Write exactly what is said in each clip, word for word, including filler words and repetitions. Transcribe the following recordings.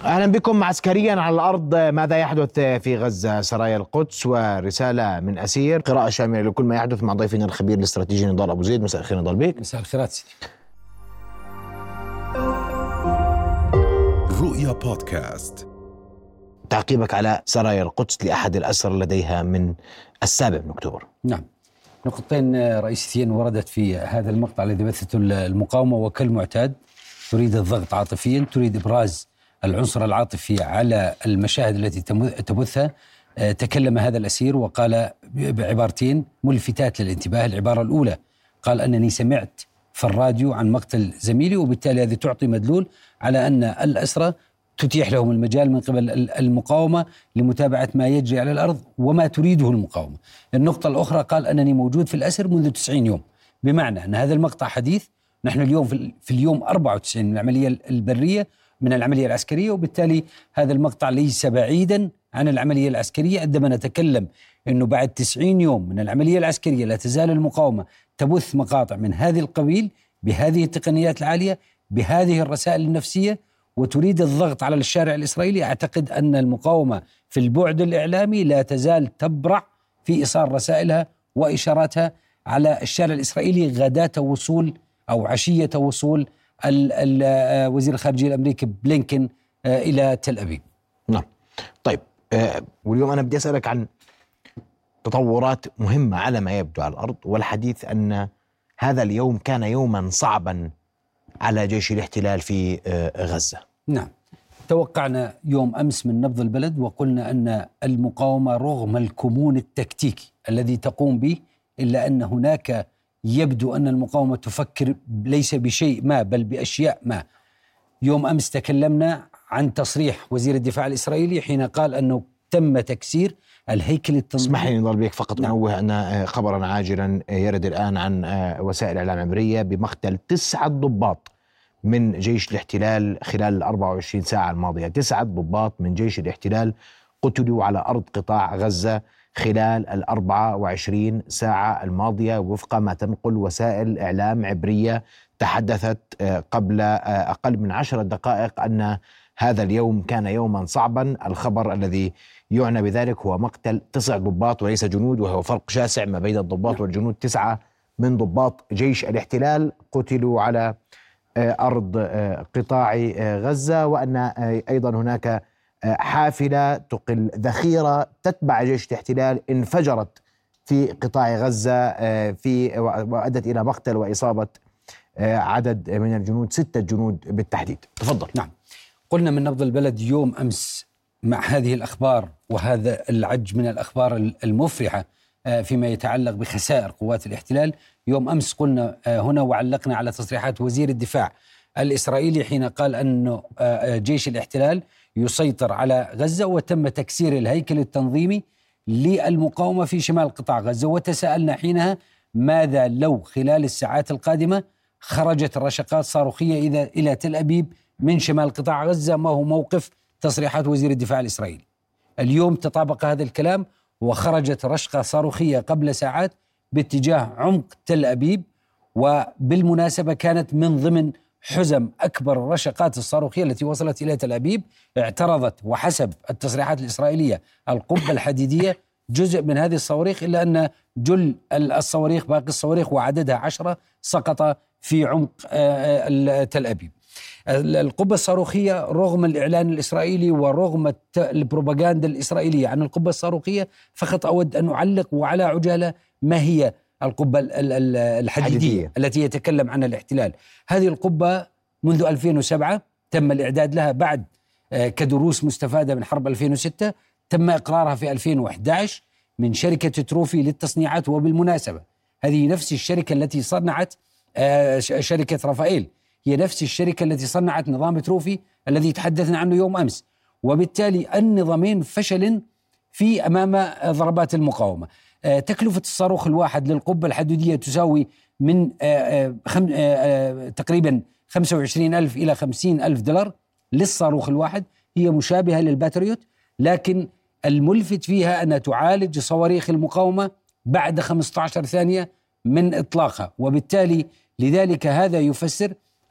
أهلا بكم. عسكريا على الأرض، ماذا يحدث في غزة؟ سرايا القدس ورسالة من أسير، قراءة شاملة لكل ما يحدث مع ضيفنا الخبير الاستراتيجي نضال أبو زيد. مساء الخير نضال بيك. مساء الخيرات سيدي. رؤيا بودكاست. تعقيبك على سرايا القدس لأحد الأسرى لديها من السابع من أكتوبر. نعم، نقطتين رئيسيتين وردت في هذا المقطع الذي بثته المقاومة، وكالمعتاد تريد الضغط عاطفيا، تريد إبراز العنصر العاطفي على المشاهد التي تبثها. تكلم هذا الأسير وقال بعبارتين ملفتات للانتباه. العبارة الأولى قال أنني سمعت في الراديو عن مقتل زميلي، وبالتالي هذه تعطي مدلول على أن الأسرى تتيح لهم المجال من قبل المقاومة لمتابعة ما يجري على الأرض وما تريده المقاومة. النقطة الأخرى قال أنني موجود في الأسر منذ تسعين يوم، بمعنى أن هذا المقطع حديث. نحن اليوم في اليوم أربعة وتسعين من العملية البرية من العملية العسكرية، وبالتالي هذا المقطع ليس بعيدا عن العملية العسكرية. عندما نتكلم أنه بعد تسعين يوم من العملية العسكرية لا تزال المقاومة تبث مقاطع من هذه القبيل بهذه التقنيات العالية بهذه الرسائل النفسية وتريد الضغط على الشارع الإسرائيلي، أعتقد أن المقاومة في البعد الإعلامي لا تزال تبرع في إيصال رسائلها وإشاراتها على الشارع الإسرائيلي غداة وصول أو عشية وصول وزير الخارجية الأمريكي بلينكن إلى تل أبيب. نعم. طيب، واليوم أنا بدي أسألك عن تطورات مهمة على ما يبدو على الأرض، والحديث أن هذا اليوم كان يوما صعبا على جيش الاحتلال في غزة. نعم، توقعنا يوم أمس من نبض البلد وقلنا أن المقاومة رغم الكمون التكتيكي الذي تقوم به، إلا أن هناك يبدو أن المقاومة تفكر ليس بشيء ما بل بأشياء ما. يوم أمس تكلمنا عن تصريح وزير الدفاع الإسرائيلي حين قال أنه تم تكسير الهيكل التنظيمي. اسمح لي نضال بيك فقط أنوه أن خبرا عاجلا يرد الآن عن وسائل إعلام عبرية بمقتل تسعة ضباط من جيش الاحتلال خلال الأربع وعشرين ساعة الماضية. تسعة ضباط من جيش الاحتلال قتلوا على أرض قطاع غزة خلال الأربع وعشرين ساعة الماضية وفق ما تنقل وسائل إعلام عبرية تحدثت قبل أقل من عشر دقائق أن هذا اليوم كان يوما صعبا. الخبر الذي يعنى بذلك هو مقتل تسع ضباط وليس جنود، وهو فرق شاسع ما بين الضباط والجنود. تسعة من ضباط جيش الاحتلال قتلوا على أرض قطاع غزة، وأن أيضا هناك حافلة تقل ذخيرة تتبع جيش الاحتلال انفجرت في قطاع غزة في وأدت إلى مقتل وإصابة عدد من الجنود، ستة جنود بالتحديد. تفضل. نعم، قلنا من نبض البلد يوم أمس مع هذه الأخبار وهذا العج من الأخبار المفرحة فيما يتعلق بخسائر قوات الاحتلال. يوم أمس قلنا هنا وعلقنا على تصريحات وزير الدفاع الإسرائيلي حين قال أن جيش الاحتلال يسيطر على غزة وتم تكسير الهيكل التنظيمي للمقاومة في شمال قطاع غزة. وتساءلنا حينها ماذا لو خلال الساعات القادمة خرجت رشقات صاروخية إلى تل أبيب من شمال قطاع غزة؟ ما هو موقف تصريحات وزير الدفاع الإسرائيلي؟ اليوم تطابق هذا الكلام وخرجت رشقة صاروخية قبل ساعات باتجاه عمق تل أبيب، وبالمناسبة كانت من ضمن حزم أكبر الرشقات الصاروخية التي وصلت إلى تل أبيب. اعترضت وحسب التصريحات الإسرائيلية القبة الحديدية جزء من هذه الصواريخ، إلا أن جل الصواريخ باقي الصواريخ وعددها عشرة سقط في عمق تل أبيب. القبة الصاروخية رغم الإعلان الإسرائيلي ورغم البروباغندا الإسرائيلية عن القبة الصاروخية، فقط أود أن أعلق وعلى عجالة ما هي القبة الحديدية حديدية. التي يتكلم عنها الاحتلال. هذه القبة منذ ألفين وسبعة تم الإعداد لها بعد كدروس مستفادة من حرب ألفين وستة. تم إقرارها في ألفين وأحد عشر من شركة تروفي للتصنيعات، وبالمناسبة هذه نفس الشركة التي صنعت شركة رافائيل، هي نفس الشركة التي صنعت نظام تروفي الذي تحدثنا عنه يوم أمس. وبالتالي النظامين فشل في أمام ضربات المقاومة. تكلفة الصاروخ الواحد للقبة الحديدية تساوي من خم... تقريبا خمسة وعشرين ألف إلى خمسين ألف دولار للصاروخ الواحد. هي مشابهة للباتريوت، لكن الملفت فيها أن تعالج صواريخ المقاومة بعد خمسة عشر ثانية من إطلاقها. وبالتالي لذلك هذا يفسر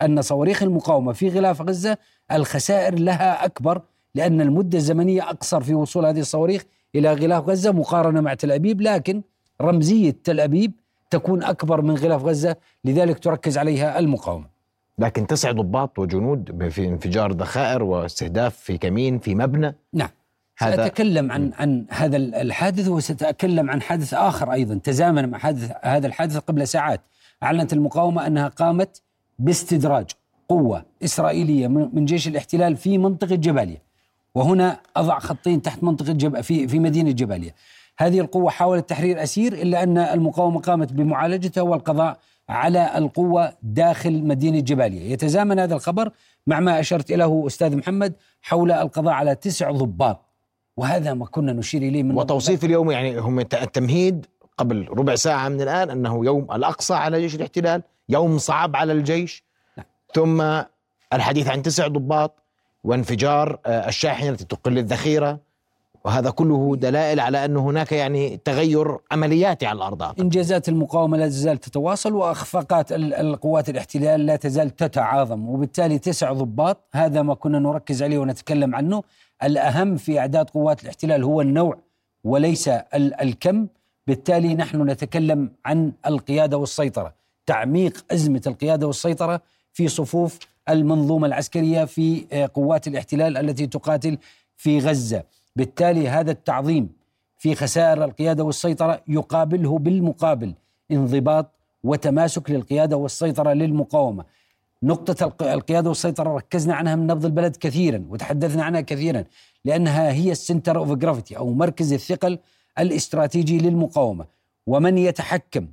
أن صواريخ المقاومة في غلاف غزة الخسائر لها أكبر، لأن المدة الزمنية أقصر في وصول هذه الصواريخ إلى غلاف غزة مقارنة مع تل أبيب، لكن رمزية تل أبيب تكون أكبر من غلاف غزة، لذلك تركز عليها المقاومة. لكن تسع ضباط وجنود في انفجار ذخائر واستهداف في كمين في مبنى. نعم، سأتكلم عن عن هذا الحادث، وسأتكلم عن حادث آخر أيضا تزامن مع حادث هذا الحادث. قبل ساعات أعلنت المقاومة أنها قامت باستدراج قوة إسرائيلية من جيش الاحتلال في منطقة جباليا، وهنا أضع خطين تحت منطقة جب في في مدينة جباليا. هذه القوة حاولت تحرير أسير، إلا أن المقاومة قامت بمعالجته والقضاء على القوة داخل مدينة جباليا. يتزامن هذا الخبر مع ما أشرت إليه أستاذ محمد حول القضاء على تسع ضباط، وهذا ما كنا نشير إليه من وتوصيف اليوم. يعني هم التمهيد قبل ربع ساعة من الآن أنه يوم الأقصى على جيش الاحتلال، يوم صعب على الجيش. لا. ثم الحديث عن تسع ضباط وانفجار الشاحنة التي تقل الذخيرة، وهذا كله دلائل على أن هناك يعني تغير عملياتي على الأرض. إنجازات المقاومة لا تزال تتواصل، وأخفاقات القوات الاحتلال لا تزال تتعاظم، وبالتالي تسع ضباط هذا ما كنا نركز عليه ونتكلم عنه. الأهم في إعداد قوات الاحتلال هو النوع وليس الكم، بالتالي نحن نتكلم عن القيادة والسيطرة، تعميق أزمة القيادة والسيطرة في صفوف المنظومة العسكرية في قوات الاحتلال التي تقاتل في غزة. بالتالي هذا التعظيم في خسائر القيادة والسيطرة يقابله بالمقابل انضباط وتماسك للقيادة والسيطرة للمقاومة. نقطة القيادة والسيطرة ركزنا عنها من نبض البلد كثيرا وتحدثنا عنها كثيرا، لأنها هي السنتر اوف جرافيتي أو مركز الثقل الاستراتيجي للمقاومة، ومن يتحكم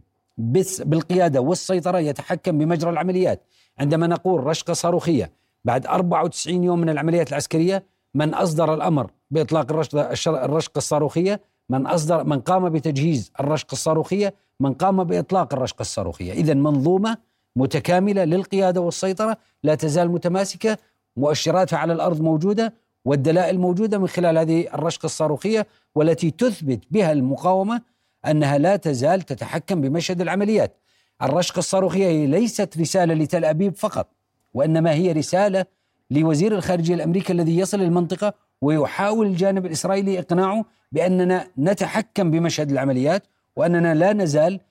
بالقيادة والسيطرة يتحكم بمجرى العمليات. عندما نقول رشقة صاروخية بعد أربعة وتسعين يوم من العمليات العسكرية، من أصدر الأمر بإطلاق الرشقة الصاروخية، من أصدر من قام بتجهيز الرشقة الصاروخية، من قام بإطلاق الرشقة الصاروخية. إذن منظومة متكاملة للقيادة والسيطرة لا تزال متماسكة، مؤشراتها على الأرض موجودة والدلائل موجودة من خلال هذه الرشقة الصاروخية، والتي تثبت بها المقاومة أنها لا تزال تتحكم بمشهد العمليات. الرشقة الصاروخية هي ليست رسالة لتل أبيب فقط، وإنما هي رسالة لوزير الخارجية الأمريكي الذي يصل المنطقة ويحاول الجانب الإسرائيلي إقناعه بأننا نتحكم بمشهد العمليات، وأننا لا نزال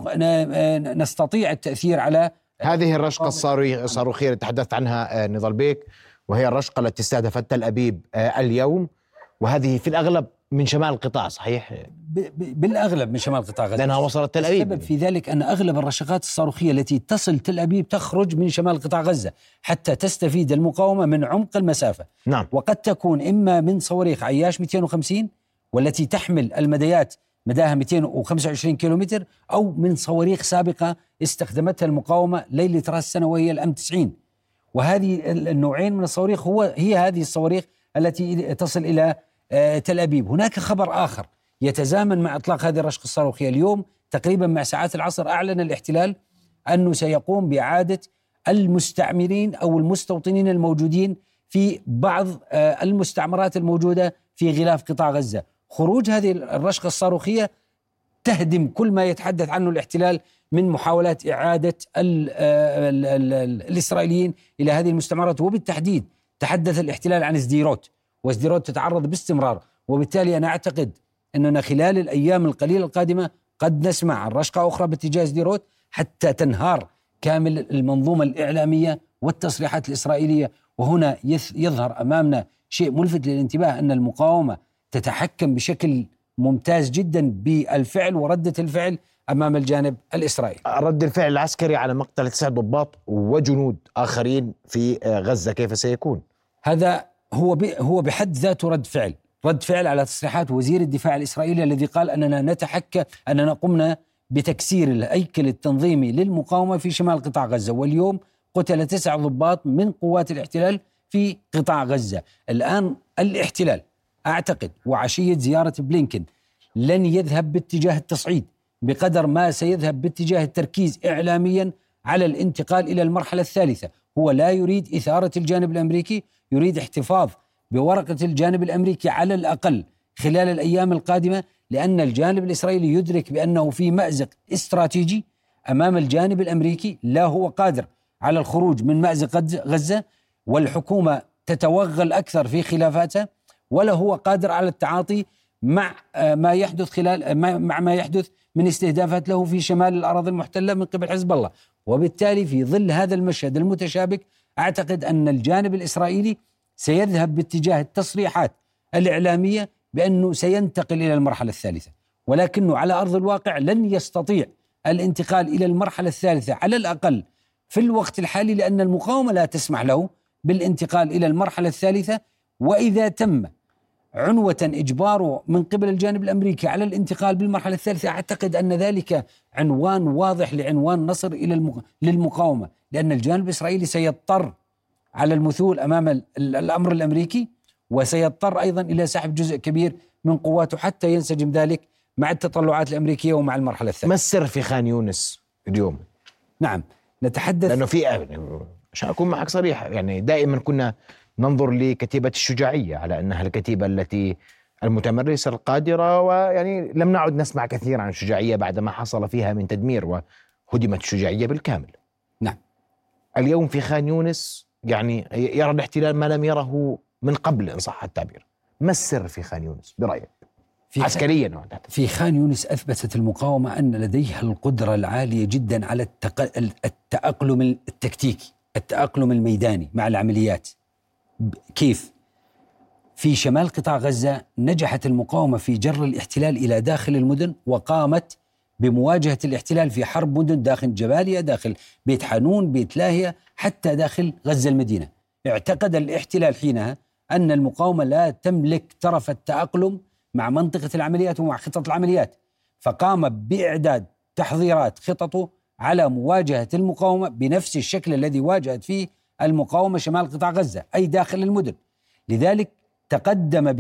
نستطيع التأثير على هذه الرشقة الصاروخية اللي تحدثت عنها نضال بيك، وهي الرشقة التي استهدفت تل أبيب اليوم، وهذه في الأغلب من شمال القطاع، صحيح؟ بالأغلب من شمال قطاع غزة، لأنها وصلت تل أبيب. السبب في ذلك أن أغلب الرشقات الصاروخية التي تصل تل أبيب تخرج من شمال قطاع غزة حتى تستفيد المقاومة من عمق المسافة. نعم. وقد تكون إما من صواريخ عياش مئتين وخمسين والتي تحمل المديات مداها مئتين وخمسة وعشرين كيلومتر، أو من صواريخ سابقة استخدمتها المقاومة ليلة رأس السنة وهي الأم تسعين. وهذه النوعين من الصواريخ هو هي هذه الصواريخ التي تصل إلى تل أبيب. هناك خبر آخر يتزامن مع إطلاق هذه الرشقة الصاروخية. اليوم تقريبا مع ساعات العصر أعلن الاحتلال أنه سيقوم بإعادة المستعمرين أو المستوطنين الموجودين في بعض المستعمرات الموجودة في غلاف قطاع غزة. خروج هذه الرشقة الصاروخية تهدم كل ما يتحدث عنه الاحتلال من محاولات إعادة ال ال ال الإسرائيليين إلى هذه المستعمرات. وبالتحديد تحدث الاحتلال عن سديروت، وسديروت تتعرض باستمرار، وبالتالي أنا أعتقد أننا خلال الأيام القليلة القادمة قد نسمع عن رشقة أخرى باتجاه سديروت حتى تنهار كامل المنظومة الإعلامية والتصريحات الإسرائيلية. وهنا يظهر أمامنا شيء ملفت للانتباه، أن المقاومة تتحكم بشكل ممتاز جدا بالفعل وردة الفعل أمام الجانب الإسرائيلي. رد الفعل العسكري على مقتل تسع ضباط وجنود آخرين في غزة كيف سيكون؟ هذا هو هو بحد ذاته رد فعل رد فعل على تصريحات وزير الدفاع الإسرائيلي الذي قال أننا نتحكى أننا قمنا بتكسير الهيكل التنظيمي للمقاومة في شمال قطاع غزة، واليوم قتل تسع ضباط من قوات الاحتلال في قطاع غزة. الآن الاحتلال أعتقد وعشية زيارة بلينكن لن يذهب باتجاه التصعيد بقدر ما سيذهب باتجاه التركيز إعلاميا على الانتقال إلى المرحلة الثالثة. هو لا يريد إثارة الجانب الأمريكي، يريد احتفاظ بورقة الجانب الأمريكي على الأقل خلال الأيام القادمة، لأن الجانب الإسرائيلي يدرك بأنه في مأزق استراتيجي أمام الجانب الأمريكي لا هو قادر على الخروج من مأزق غزة، والحكومة تتوغل أكثر في خلافاتها، ولا هو قادر على التعاطي مع ما يحدث خلال مع ما يحدث من استهدافات له في شمال الأراضي المحتلة من قبل حزب الله. وبالتالي في ظل هذا المشهد المتشابك أعتقد أن الجانب الإسرائيلي سيذهب باتجاه التصريحات الإعلامية بأنه سينتقل إلى المرحلة الثالثة، ولكنه على أرض الواقع لن يستطيع الانتقال إلى المرحلة الثالثة على الأقل في الوقت الحالي، لأن المقاومة لا تسمح له بالانتقال إلى المرحلة الثالثة. وإذا تم عنوة إجباره من قبل الجانب الأمريكي على الانتقال بالمرحلة الثالثة، أعتقد أن ذلك عنوان واضح لعنوان نصر إلى المق... للمقاومة، لأن الجانب الإسرائيلي سيضطر على المثول أمام الأمر الأمريكي، وسيضطر أيضا إلى سحب جزء كبير من قواته حتى ينسجم ذلك مع التطلعات الأمريكية ومع المرحلة الثالثة. ما السر في خان يونس اليوم؟ نعم نتحدث، لأنه في، عشان أكون معك صريح، يعني دائما كنا ننظر لكتيبة الشجاعية على أنها الكتيبة التي المتمرسة القادرة، ويعني لم نعد نسمع كثير عن الشجاعية بعد ما حصل فيها من تدمير وهدمت الشجاعية بالكامل. نعم. اليوم في خان يونس يعني يرى الاحتلال ما لم يره من قبل إن صح التعبير. ما السر في خان يونس برأيك في عسكريا؟ في خان يونس أثبتت المقاومة أن لديها القدرة العالية جدا على التق... التأقلم التكتيكي، التأقلم الميداني مع العمليات. كيف؟ في شمال قطاع غزة نجحت المقاومة في جر الاحتلال إلى داخل المدن، وقامت بمواجهة الاحتلال في حرب مدن داخل جباليا، داخل بيت حانون، بيت لاهيا، حتى داخل غزة المدينة. اعتقد الاحتلال حينها أن المقاومة لا تملك طرف التأقلم مع منطقة العمليات ومع خطط العمليات، فقام بإعداد تحضيرات خططه على مواجهة المقاومة بنفس الشكل الذي واجهت فيه المقاومة شمال قطاع غزة، أي داخل المدن. لذلك تقدم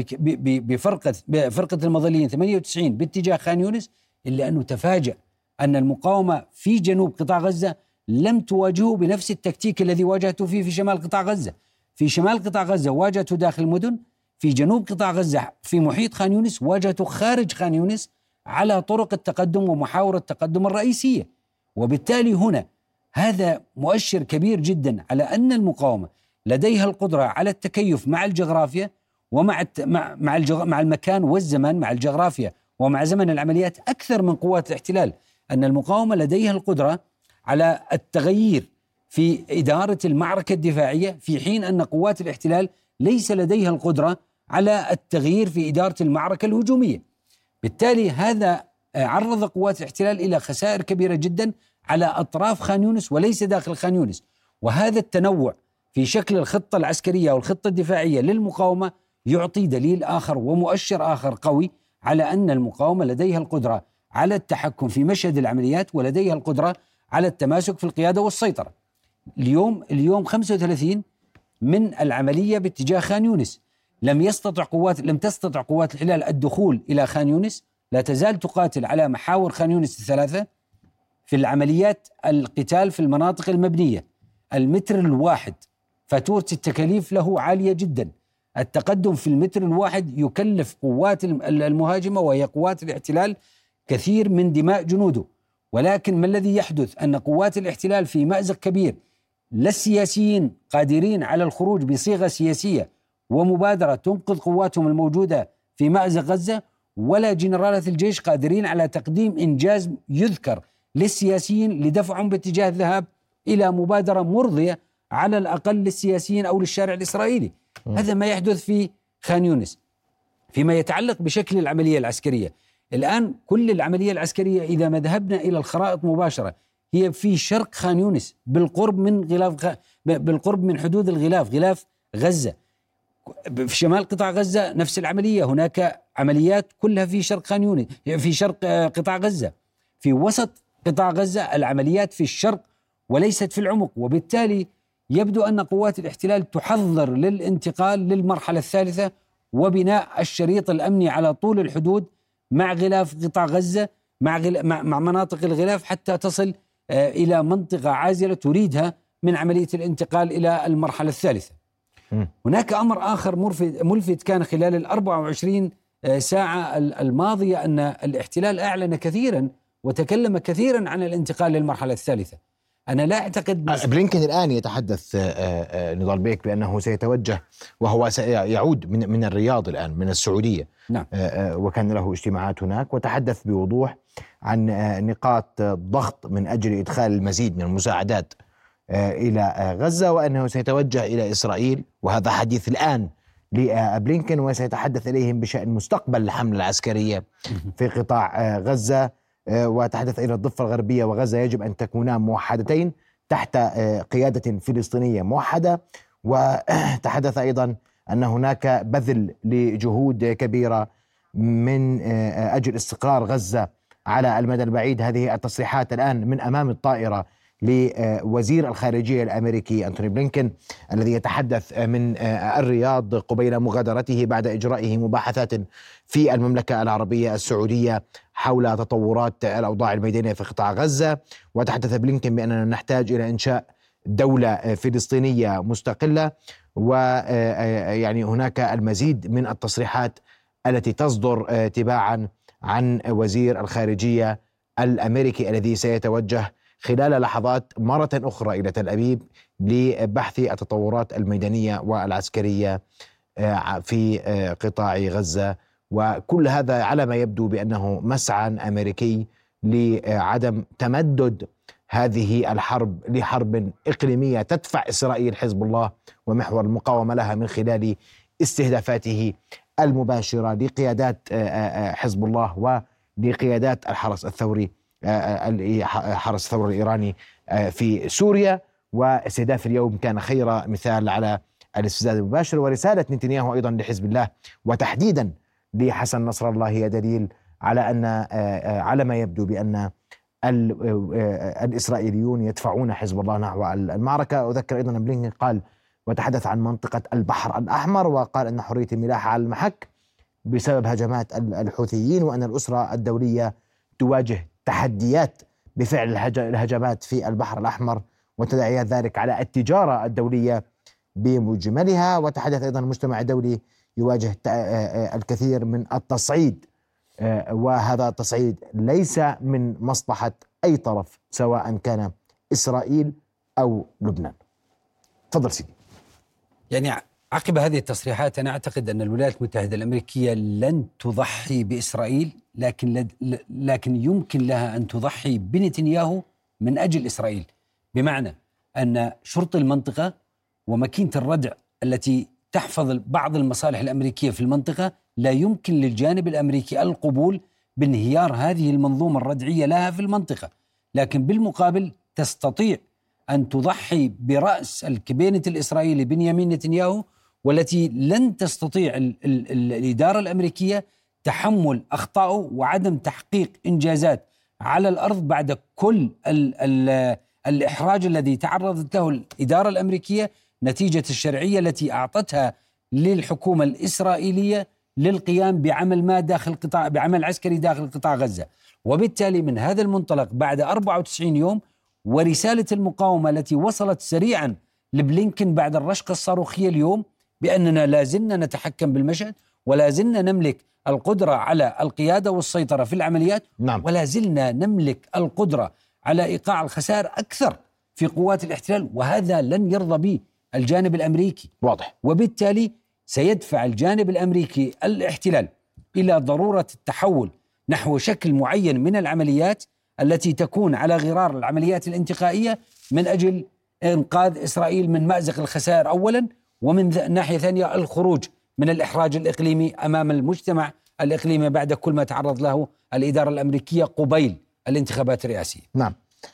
بفرقة بفرقة المظليين ثمانية وتسعين باتجاه خان يونس، إلا أنه تفاجأ أن المقاومة في جنوب قطاع غزة لم تواجهه بنفس التكتيك الذي واجهته فيه في شمال قطاع غزة. في شمال قطاع غزة واجهته داخل المدن، في جنوب قطاع غزة في محيط خان يونس واجهته خارج خان يونس على طرق التقدم ومحاور التقدم الرئيسية. وبالتالي هنا هذا مؤشر كبير جدا على أن المقاومة لديها القدرة على التكيف مع الجغرافيا ومع مع مع, الجغ... مع المكان والزمان، مع الجغرافيا ومع زمن العمليات أكثر من قوات الاحتلال. أن المقاومة لديها القدرة على التغيير في إدارة المعركة الدفاعية، في حين أن قوات الاحتلال ليس لديها القدرة على التغيير في إدارة المعركة الهجومية. بالتالي هذا عرض قوات الاحتلال إلى خسائر كبيرة جدا على أطراف خان يونس وليس داخل خان يونس. وهذا التنوع في شكل الخطة العسكرية والخطة الدفاعية للمقاومة يعطي دليل آخر ومؤشر آخر قوي على أن المقاومة لديها القدرة على التحكم في مشهد العمليات، ولديها القدرة على التماسك في القيادة والسيطرة. اليوم اليوم خمسة وثلاثين من العملية باتجاه خان يونس، لم يستطع قوات لم تستطع قوات الاحتلال الدخول إلى خان يونس، لا تزال تقاتل على محاور خان يونس الثلاثة. في العمليات القتال في المناطق المبنية، المتر الواحد فاتورة التكاليف له عالية جدا. التقدم في المتر الواحد يكلف قوات المهاجمة وهي قوات الاحتلال كثير من دماء جنوده. ولكن ما الذي يحدث؟ أن قوات الاحتلال في مأزق كبير، لا السياسيين قادرين على الخروج بصيغة سياسية ومبادرة تنقذ قواتهم الموجودة في مأزق غزة، ولا جنرالات الجيش قادرين على تقديم إنجاز يذكر للسياسيين لدفعهم باتجاه الذهاب إلى مبادرة مرضية على الأقل للسياسيين أو للشارع الإسرائيلي. م. هذا ما يحدث في خان يونس. فيما يتعلق بشكل العملية العسكرية، الآن كل العملية العسكرية إذا ما ذهبنا إلى الخرائط مباشرة هي في شرق خان يونس، بالقرب من غلاف خ... بالقرب من حدود الغلاف، غلاف غزة. في شمال قطاع غزة نفس العملية، هناك عمليات كلها في شرق خان يونس، في شرق قطاع غزة. في وسط قطاع غزة العمليات في الشرق وليست في العمق. وبالتالي يبدو أن قوات الاحتلال تحضر للانتقال للمرحلة الثالثة وبناء الشريط الأمني على طول الحدود مع غلاف قطاع غزة، مع, غل... مع... مع مناطق الغلاف، حتى تصل آه إلى منطقة عازلة تريدها من عملية الانتقال إلى المرحلة الثالثة. م. هناك أمر آخر ملفت, ملفت كان خلال الأربع وعشرين ساعة الماضية، أن الاحتلال أعلن كثيرا وتكلم كثيرا عن الانتقال للمرحلة الثالثة. أنا لا أعتقد بلينكن الآن يتحدث نضال بيك بأنه سيتوجه، وهو سيعود من من الرياض الآن من السعودية. نعم. وكان له اجتماعات هناك، وتحدث بوضوح عن نقاط ضغط من أجل إدخال المزيد من المساعدات إلى غزة، وأنه سيتوجه إلى إسرائيل، وهذا حديث الآن لبلينكن، وسيتحدث إليهم بشأن مستقبل الحملة العسكرية في قطاع غزة. وتحدث إلى الضفة الغربية وغزة يجب أن تكونا موحدتين تحت قيادة فلسطينية موحدة. وتحدث أيضا أن هناك بذل لجهود كبيرة من أجل استقرار غزة على المدى البعيد. هذه التصريحات الآن من أمام الطائرة لوزير الخارجية الأمريكي أنتوني بلينكن، الذي يتحدث من الرياض قبيل مغادرته بعد إجرائه مباحثات في المملكة العربية السعودية حول تطورات الأوضاع الميدانية في قطاع غزة. وتحدث بلينكن بأننا نحتاج إلى إنشاء دولة فلسطينية مستقلة. ويعني هناك المزيد من التصريحات التي تصدر تباعا عن وزير الخارجية الأمريكي الذي سيتوجه خلال لحظات مرة أخرى إلى تل أبيب لبحث التطورات الميدانية والعسكرية في قطاع غزة. وكل هذا على ما يبدو بأنه مسعى أمريكي لعدم تمدد هذه الحرب لحرب إقليمية تدفع إسرائيل حزب الله ومحور المقاومة لها من خلال استهدافاته المباشرة لقيادات حزب الله ولقيادات الحرس الثوري حرس الثورة الإيراني في سوريا. واستهداف اليوم كان خير مثال على الاستفزاز المباشر. ورسالة نتنياهو أيضا لحزب الله وتحديدا لحسن نصر الله هي دليل على أن على ما يبدو بأن الإسرائيليون يدفعون حزب الله نحو المعركة. أذكر أيضا أن بلينكن قال وتحدث عن منطقة البحر الأحمر، وقال أن حرية الملاحة على المحك بسبب هجمات الحوثيين، وأن الأسرة الدولية تواجه تحديات بفعل الهجمات في البحر الأحمر وتداعيات ذلك على التجارة الدولية بمجملها. وتحدث أيضا المجتمع الدولي يواجه الكثير من التصعيد، وهذا التصعيد ليس من مصلحة أي طرف سواء كان إسرائيل أو لبنان. تفضل سيدي. يعني عقب هذه التصريحات أنا أعتقد أن الولايات المتحدة الأمريكية لن تضحي بإسرائيل، لكن لد لكن يمكن لها أن تضحي بنتنياهو من أجل إسرائيل، بمعنى أن شرط المنطقة وماكينة الردع التي تحفظ بعض المصالح الأمريكية في المنطقة لا يمكن للجانب الأمريكي القبول بانهيار هذه المنظومة الردعية لها في المنطقة، لكن بالمقابل تستطيع أن تضحي برأس الكابينة الإسرائيلي بنيامين نتنياهو، والتي لن تستطيع ال ال ال الإدارة الأمريكية تحمل أخطائه وعدم تحقيق إنجازات على الأرض بعد كل ال ال الإحراج الذي تعرضت له الإدارة الأمريكية نتيجة الشرعية التي أعطتها للحكومة الإسرائيلية للقيام بعمل ما داخل قطاع بعمل عسكري داخل قطاع غزة. وبالتالي من هذا المنطلق بعد أربعة وتسعين يوم ورسالة المقاومة التي وصلت سريعا لبلينكن بعد الرشقة الصاروخية اليوم بأننا لازلنا نتحكم بالمشهد ولا زلنا نملك القدرة على القيادة والسيطرة في العمليات، نعم. ولا زلنا نملك القدرة على إيقاع الخسائر أكثر في قوات الاحتلال، وهذا لن يرضى به الجانب الأمريكي. واضح. وبالتالي سيدفع الجانب الأمريكي الاحتلال إلى ضرورة التحول نحو شكل معين من العمليات التي تكون على غرار العمليات الانتقائية من أجل إنقاذ إسرائيل من مأزق الخسائر أولا، ومن ناحية ثانية الخروج من الإحراج الإقليمي أمام المجتمع الإقليمي بعد كل ما تعرض له الإدارة الأمريكية قبيل الانتخابات الرئاسية. نعم.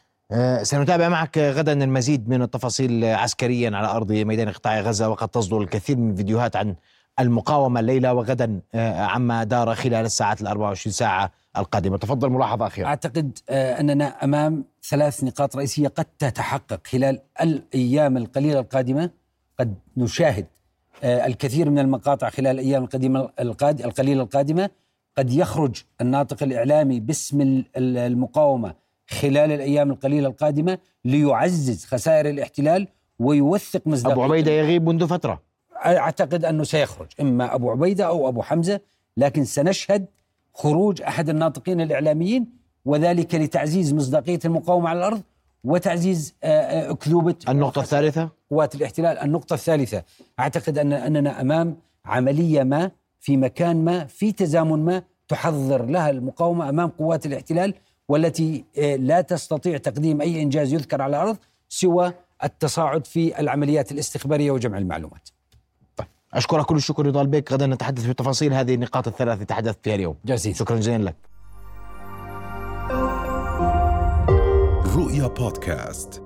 أه سنتابع معك غدا المزيد من التفاصيل عسكريا على أرض ميدان قطاع غزة، وقد تصدر الكثير من الفيديوهات عن المقاومة الليلة وغدا أه عما دار خلال الساعات الأربع وعشرين ساعة القادمة. تفضل ملاحظة أخيرة. أعتقد أه أننا أمام ثلاث نقاط رئيسية قد تتحقق خلال الأيام القليلة القادمة. قد نشاهد أه الكثير من المقاطع خلال الأيام القديمة القاد القليلة القادمة. قد يخرج الناطق الإعلامي باسم المقاومة خلال الأيام القليلة القادمة ليعزز خسائر الاحتلال ويوثق مصداقية. أبو عبيدة يغيب منذ فترة. أعتقد أنه سيخرج إما أبو عبيدة أو أبو حمزة، لكن سنشهد خروج أحد الناطقين الإعلاميين، وذلك لتعزيز مصداقية المقاومة على الأرض وتعزيز أكذوبة النقطة الثالثة قوات الاحتلال. النقطة الثالثة، أعتقد أن أننا أمام عملية ما في مكان ما في تزامن ما تحضر لها المقاومة أمام قوات الاحتلال، والتي لا تستطيع تقديم أي إنجاز يذكر على الأرض سوى التصاعد في العمليات الاستخبارية وجمع المعلومات. طيب. أشكرك كل الشكر رضا البيك. غدا نتحدث في تفاصيل هذه النقاط الثلاث التي تحدثت فيها اليوم. جزيلا. شكرا جزيلا لك. رؤيا بودكاست.